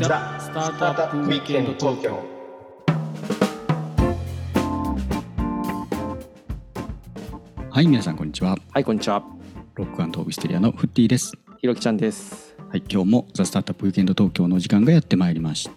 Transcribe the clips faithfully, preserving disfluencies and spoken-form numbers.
ザ・スタートアップウィークエンド東京。 はい、皆さんこんにちは。 はい、こんにちは。 ロック&オブステリアのフッティです。 ひろきちゃんです。 はい、今日もザ・スタートアップウィークエンド東京の時間がやってまいりました。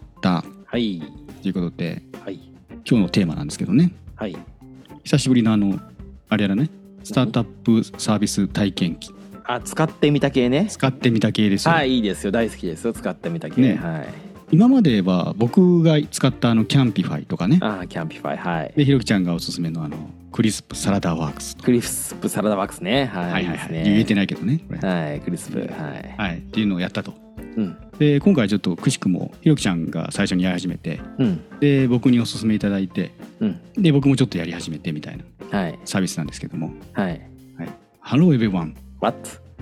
はい。 ということで、 はい。 今日のテーマなんですけどね。 はい。 久しぶりのあのあれやらね、スタートアップサービス体験記。 あ、使ってみた系ね。 使ってみた系ですよ。 はい、いいですよ。大好きですよ。使ってみた系。ね、はい。 今までは僕が使ったあのキャンピファイとかね。 あ、キャンピファイ、はい。 で、ひろきちゃんがおすすめのあのクリスプサラダワークス。 クリスプサラダワークスね。はい、 はいはいはい。言えてないけどね。これはい、クリスプ、はい。 はい、っていうのをやったと。 うん、 で今回ちょっとくしくもひろきちゃんが最初にやり始めて、 うん、で僕におすすめいただいて、うん、で僕もちょっとやり始めてみたいなサービスなんですけども、 はい、 はい、Hello everyone。 What？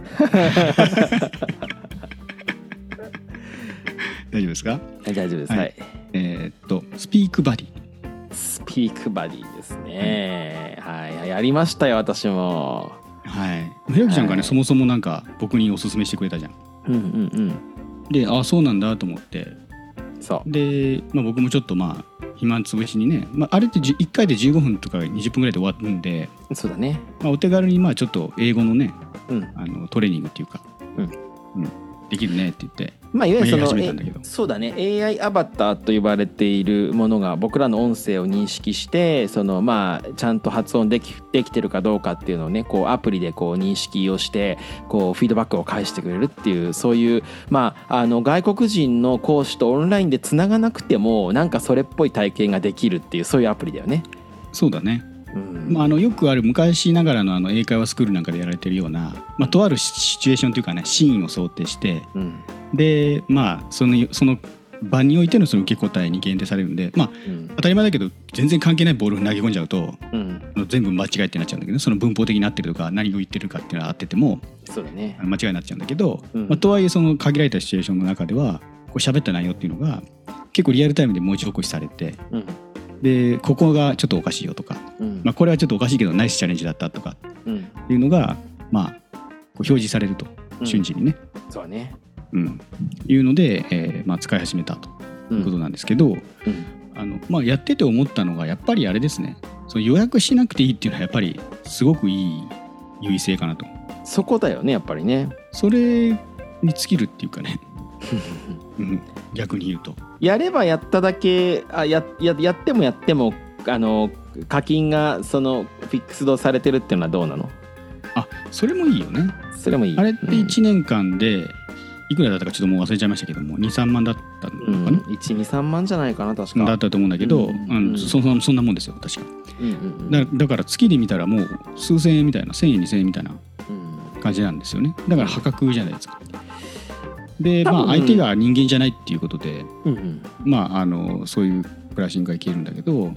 大丈夫ですか？ 大丈夫です。はい。はい、 えー、っとスピークバディ。 スピークバディですね。はい、はい、やりましたよ私も。 はい。ひろきちゃんがね、はい、そもそもなんか僕におすすめしてくれたじゃん。 うんうんうん。 で、ああそうなんだと思って、 そうで、まあ、僕もちょっとまあ暇つぶしにね、まあ、あれっていっかいでじゅうごふんとかにじゅっぷんぐらいで終わるんで、 そうだね、 まあ、お手軽にまあちょっと英語のね、 うん、 あのトレーニングっていうか、うんうん、できるねって言って、 まあ、いわゆるその、 まあ、 そうだね、 エーアイ アバターと呼ばれているものが僕らの音声を認識して、そのまあちゃんと発音でき、できてるかどうかっていうのをね、こうアプリでこう認識をしてこうフィードバックを返してくれるっていう、そういう、まあ、あの外国人の講師とオンラインでつながなくてもなんかそれっぽい体験ができるっていう、そういうアプリだよね。 そうだね。うん、まあ、あのよくある昔ながらのあの英会話スクールなんかでやられてるような、まあ、とあるシチュエーションというかね、シーンを想定して、うん、でまあそのその場においてのその受け答えに限定されるんで、まあ、うん、当たり前だけど全然関係ないボールを投げ込んじゃうと、うん、全部間違いってなっちゃうんだけど、その文法的になってるとか何を言ってるかっていうのは合っててもそうだね、 間違いになっちゃうんだけど、うん、まあ、とはいえその限られたシチュエーションの中ではこう喋った内容っていうのが結構リアルタイムで文字起こしされて、うん、でここがちょっとおかしいよとか、うん、まあ、これはちょっとおかしいけどナイスチャレンジだったとかいうのが、まあ、こう表示されると、瞬時にね、 うん、そうね、 うん、いうので、えーまあ、使い始めたということなんですけど、うんうん、あのまあ、やってて思ったのがやっぱりあれですね、その予約しなくていいっていうのはやっぱりすごくいい優位性かなと。 そこだよねやっぱりね。 それに尽きるっていうかねうん、逆に言うとやればやっただけ、あ や, や, やってもやってもあの課金がそのフィックスドされてるっていうのはどうなの？ あ、それもいいよね。 それもいい。 あれっていちねんかんでいくらだったかちょっともう忘れちゃいましたけども、にさんまんだったのかな、うん、 いち、に、さんまんじゃないかな確か。 だったと思うんだけど、うんうん、そ, そんなもんですよ確か、うんうんうん、だ, だから月で見たらもう数千円みたいな、せんえんにせんえんみたいな感じなんですよね。だから破格じゃないですか。で、まあ、相手が人間じゃないっていうことで、うんうん、まあ、あのそういうプラシングがいけるんだけど、うんうん、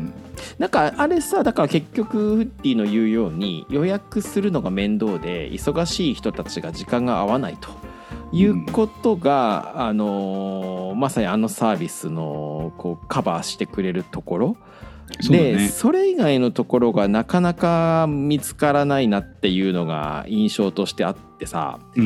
なんかあれさ、だから結局フッティの言うように予約するのが面倒で忙しい人たちが時間が合わないということが、うん、あのまさにあのサービスのこうカバーしてくれるところで、ね、それ以外のところがなかなか見つからないなっていうのが印象としてあってさ、うん、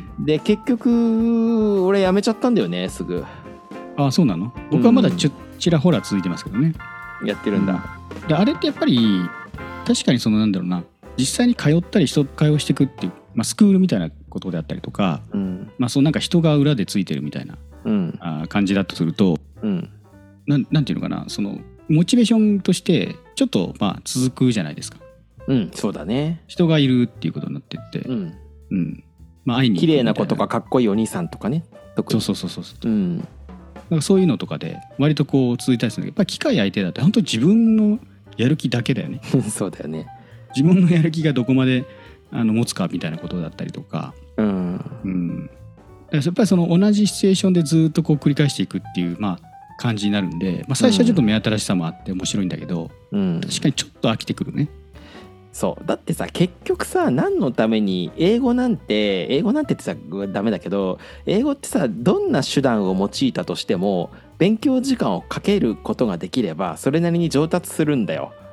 で結局俺やめちゃったんだよねすぐ。 あ、そうなの？僕はまだち, ょちらほら続いてますけどね。 やってるんだ、 うん、であれってやっぱり確かにそのなんだろうな、実際に通ったり人会話していくっていう、まあ、スクールみたいなことであったりとか、うん、まあ、そうなんか人が裏でついてるみたいな、うん、あ感じだとすると、うん、な, なんていうのかな、そのモチベーションとしてちょっとまあ続くじゃないですか。 うん、そうだね。 人がいるっていうことになってって、うんうん、まあ、会いに綺麗な子とかかっこいいお兄さんとかね。 そうそうそうそうそう、うん、なんかそういうのとかで割とこう続いたりするんだけど、やっぱり機械相手だと本当自分のやる気だけだよねそうだよね。 自分のやる気がどこまであの持つかみたいなことだったりとか、うんうん、だからやっぱりその同じシチュエーションでずっとこう繰り返していくっていう、まあ、感じになるんで、まあ、最初はちょっと目新しさもあって面白いんだけど、うん、確かにちょっと飽きてくるね。 そうだってさ、結局さ、何のために英語なんて英語なんてってさダメだけど、英語ってさどんな手段を用いたとしても勉強時間をかけることができればそれなりに上達するんだよ。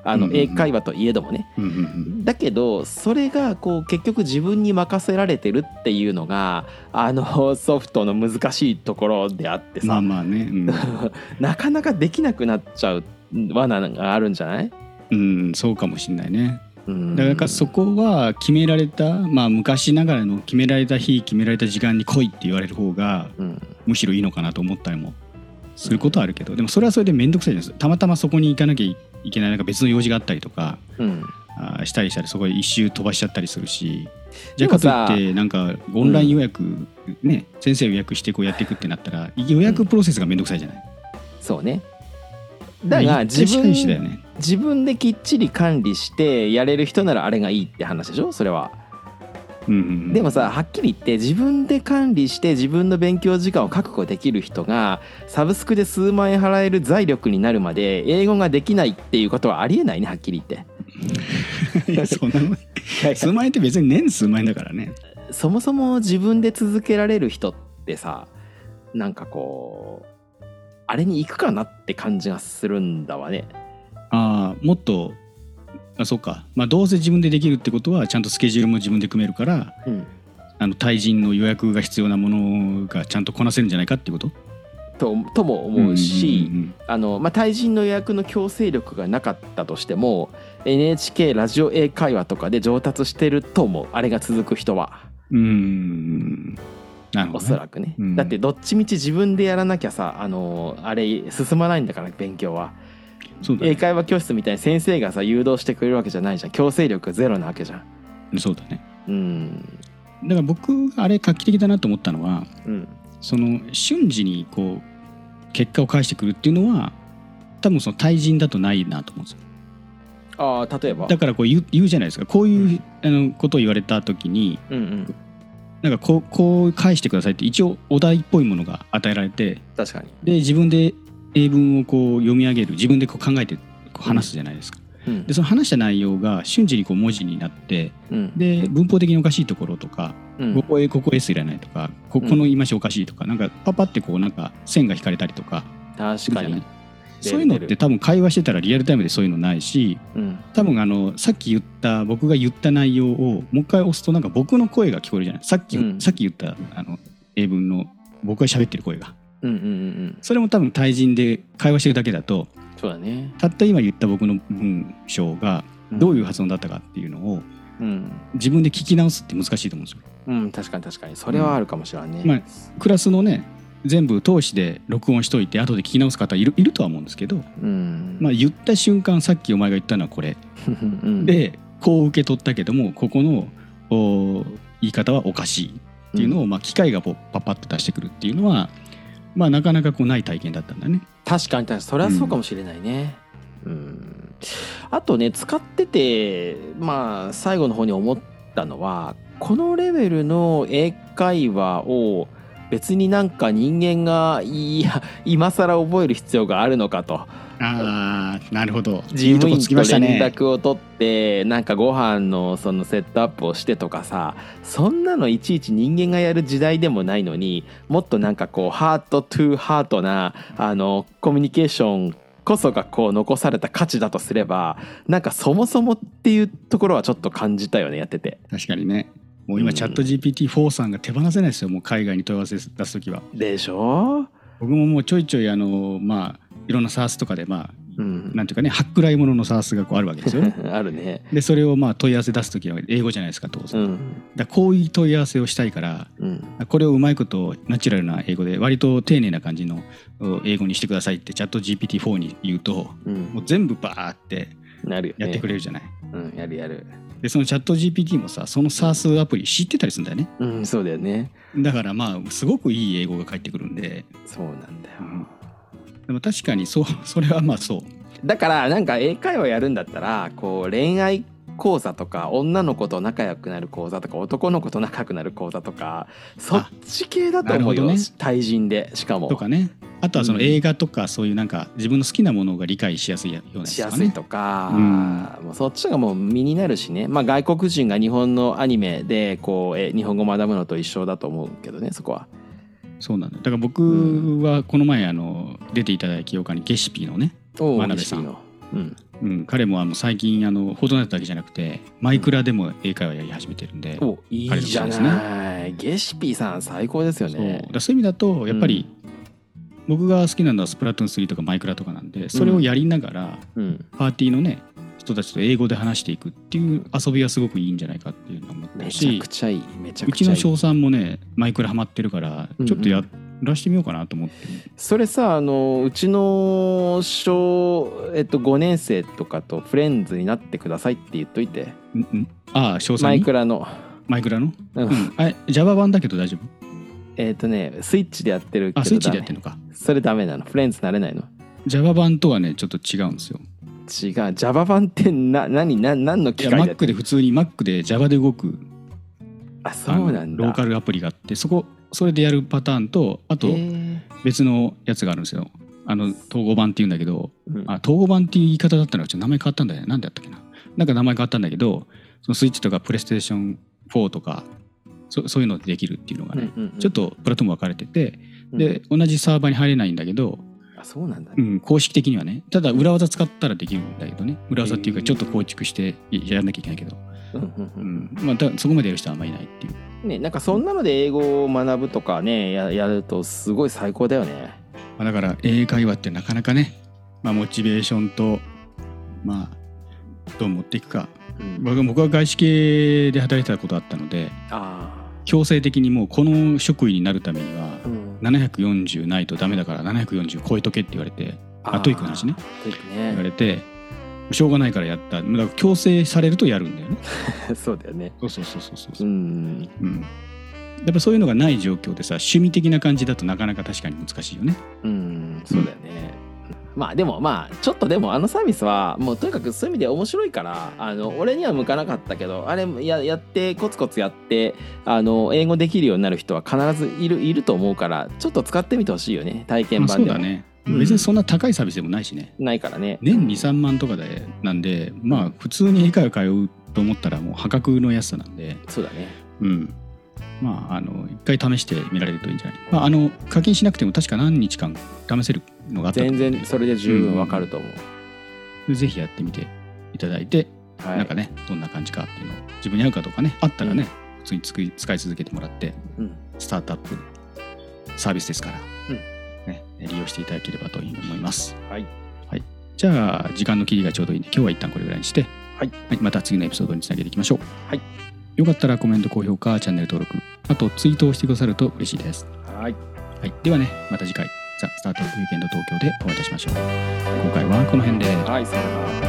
あのうんうんうん英会話といえどもね、 うんうんうん、 だけどそれがこう結局自分に任せられてるっていうのがあのソフトの難しいところであってさ、 まあまあね、うん、 なかなかできなくなっちゃう罠があるんじゃない？ うん、そうかもしれないね。 うん、 だからそこは決められた、まあ昔ながらの決められた日決められた時間に来いって言われる方が、うん、むしろいいのかなと思ったりもすることはあるけど、でもそれはそれで面倒くさいじゃないですか。たまたまそこに行かなきゃいけないなんか別の用事があったりとか、うん、あしたりしたらそこで一周飛ばしちゃったりするし、じゃあかといってなんかオンライン予約、うん、ね、先生予約してこうやっていくってなったら予約プロセスが面倒くさいじゃない、うん、 そうね。だから自分、 ね、 自分できっちり管理してやれる人ならあれがいいって話でしょそれは、うんうんうん、でもさはっきり言って自分で管理して自分の勉強時間を確保できる人がサブスクで数万円払える財力になるまで英語ができないっていうことはありえないね、はっきり言っていやそんなの数万円って別に年数万円だからね。 そもそも自分で続けられる人ってさ、なんかこうあれに行くかなって感じがするんだわね。 ああ、もっと、あ、そうか、まあ、どうせ自分でできるってことはちゃんとスケジュールも自分で組めるから、うん、あの対人の予約が必要なものがちゃんとこなせるんじゃないかっていうことと、とも思うし、うんうんうんうん、あのまあ、対人の予約の強制力がなかったとしても エヌエイチケー ラジオ英会話とかで上達してると思う、あれが続く人は。うーん、なるほどね、おそらくね、うん、だってどっちみち自分でやらなきゃさ、あのあれ進まないんだから勉強は。そうだね、英会話教室みたいに先生がさ誘導してくれるわけじゃないじゃん、強制力ゼロなわけじゃん。 そうだね、うん、だから僕あれ画期的だなと思ったのは、うん、その瞬時にこう結果を返してくるっていうのは多分その対人だとないなと思うんですよ。 ああ、例えばだからこう 言う、言うじゃないですか、こういう、うん、あのことを言われた時に、うんうん、なんかこう、こう返してくださいって一応お題っぽいものが与えられて、 確かにで自分で英文をこう読み上げる、自分でこう考えてこう話すじゃないですか、うん、でその話した内容が瞬時にこう文字になって、うん、で文法的におかしいところとか、うん、ここへここ S いらないとか、ここの言い回しおかしいとか、なんかパパってこうなんか線が引かれたりとか、 確かにそういうのって多分会話してたらリアルタイムでそういうのないし、うん、多分あのさっき言った僕が言った内容をもう一回押すとなんか僕の声が聞こえるじゃない、さっき、うん、さっき言ったあの英文の僕が喋ってる声が、うんうんうんうん、それも多分対人で会話してるだけだと、 そうだね、 たった今言った僕の文章がどういう発音だったかっていうのを、うん、自分で聞き直すって難しいと思うんですよ。 うん、確かに確かにそれはあるかもしれないね、 うん、まあ、クラスのね全部通しで録音しといて後で聞き直す方いる、いるとは思うんですけど、うん、まあ、言った瞬間さっきお前が言ったのはこれ、うん、でこう受け取ったけどもここの言い方はおかしいっていうのを、うん、まあ、機械がパッパッと出してくるっていうのは、まあ、なかなかこうない体験だったんだね。 確かに確かにそれはそうかもしれないね、うんうん、あとね使ってて、まあ、最後の方に思ったのはこのレベルの英会話を別になんか人間がいや今更覚える必要があるのかと。 あー、なるほど、 事務員と連絡を取ってなんかご飯のそのセットアップをしてとかさ、そんなのいちいち人間がやる時代でもないのに、もっとなんかこうハートトゥーハートなあのコミュニケーションこそがこう残された価値だとすれば、なんかそもそもっていうところはちょっと感じたよね、やってて。 確かにね、もう今チャット ジーピーティーフォー さんが手放せないですよ、もう海外に問い合わせ出すときは。 でしょ。 僕ももうちょいちょいあのまあいろんな SARS とかでまあ、うん、なんていうかね、ハックライものの SARS がこうあるわけですよあるね。 でそれをまあ問い合わせ出すときは英語じゃないですか当然、うん、だこういう問い合わせをしたいから、うん、これをうまいことナチュラルな英語で割と丁寧な感じの英語にしてくださいってチャット ジーピーティーフォー に言うと、うん、もう全部バーってやってくれるじゃない、 うん、やるやる。 でそのチャット ジーピーティー もさその SARS アプリ知ってたりするんだよね。 うん、そうだよね。 だからまあすごくいい英語が返ってくるんで。 そうなんだよ、うん、 でも確かにそう、それはまあそうだからなんか英会話やるんだったらこう恋愛講座とか女の子と仲良くなる講座とか男の子と仲良くなる講座とかそっち系だと思うよ、ね、対人でしかもとかね。あとはその映画とかそういうなんか自分の好きなものが理解しやすいようなやつとかね、 しやすいとか、うん、もうそっちがもう身になるしね、まあ、外国人が日本のアニメでこうえ日本語学ぶのと一緒だと思うけどね、そこは。 そうなんだ。だから僕はこの前あの出ていただいた清岡にゲシピのね真鍋さん、 うんうん、彼もあの最近あのフォートナイトだけじゃなくてマイクラでも英会話やり始めてるんで、 おいいじゃない、ね、ゲシピーさん最高ですよね。 そうだ、そういう意味だとやっぱり、うん、僕が好きなのはスプラトゥーンスリーとかマイクラとかなんで、それをやりながら、うん、パーティーのね人たちと英語で話していくっていう遊びはすごくいいんじゃないかっていうのを思ってるし、 めちゃくちゃいい、めちゃくちゃいい。 うちの翔さんもねマイクラハマってるからちょっとやらしてみようかなと思って、うんうん、 それさ、あのうちの小、えっと、ごねん生とかとフレンズになってくださいって言っといて。 んんああ翔さんにマイクラのマイクラの、 うん、 うん、あ Java 版だけど大丈夫？ えっとねスイッチでやってるけど、 あスイッチでやってるのか。 それダメなの？フレンズなれないの？ Java 版とはねちょっと違うんですよ。 違う、 Java 版ってな何な何の機械でやってる？ Mac で普通に Mac で Java で動く、 あ、そうなんだ、 ローカルアプリがあって、そこそれでやるパターンと、あと別のやつがあるんですよ。あの統合版っていうんだけど、うん、あ統合版っていう言い方だったのはちょっと名前変わったんだよね。なんでやったっけな。なんか名前変わったんだけど、そのスイッチとかプレイステーションフォーとか そ, そういうのでできるっていうのがね、うんうんうん、ちょっとプラットフォーム分かれてて、で同じサーバーに入れないんだけど、 あ、そうなんだね、 うん、公式的にはね。ただ裏技使ったらできるんだけどね。裏技っていうかちょっと構築してやらなきゃいけないけど、うんうんうん、まあ、そこまでやる人はあんまりいないっていうね。なんかそんなので英語を学ぶとかね や, やるとすごい最高だよね。 まあ、だから英会話ってなかなかね、まあ、モチベーションとまあどう持っていくか、うん、僕は外資系で働いてたことあったので、あ強制的にもうこの職位になるためにはななひゃくよんじゅうないとダメだからななひゃくよんじゅう超えとけって言われて、あトイックの話ね、言われてしょうがないからやった。だから強制されるとやるんだよねそうだよね。 そうそうそうそうそう、うん、うん、やっぱそういうのがない状況でさ、趣味的な感じだとなかなか確かに難しいよね。 うん、そうだよね、うん、まあでもまあちょっとでもあのサービスはもうとにかくそういう意味で面白いから、あの俺には向かなかったけど、あれ や, やってコツコツやってあの英語できるようになる人は必ずいるいると思うから、ちょっと使ってみてほしいよね、体験版でも。 そうだね、別にそんな高いサービスでもないしね、 うん、ないからね。 年 にさんまんとかでなんで、まあ普通に英会話通うと思ったらもう破格の安さなんで。 そうだね、 うん、まああの一回試してみられるといいんじゃない。まあ、あの課金しなくても確か何日間試せるのがあったと思う。 全然それで十分わかると思う、 うん、ぜひやってみていただいて、はい、なんかねどんな感じかっていうのを自分に合うかとかねあったらね、うん、普通につく使い続けてもらって、うん、スタートアップサービスですから、うんね、利用していただければと思います。はい、はい、じゃあ時間の切りがちょうどいいんで今日は一旦これぐらいにして、はいはい、また次のエピソードにつなげていきましょう。はい、よかったらコメント高評価チャンネル登録、あとツイートをしてくださると嬉しいです。はい、はい、ではねまた次回ザ・スタートアップウィーケンド東京でお会いいたしましょう。今回はこの辺で、はい、さよなら。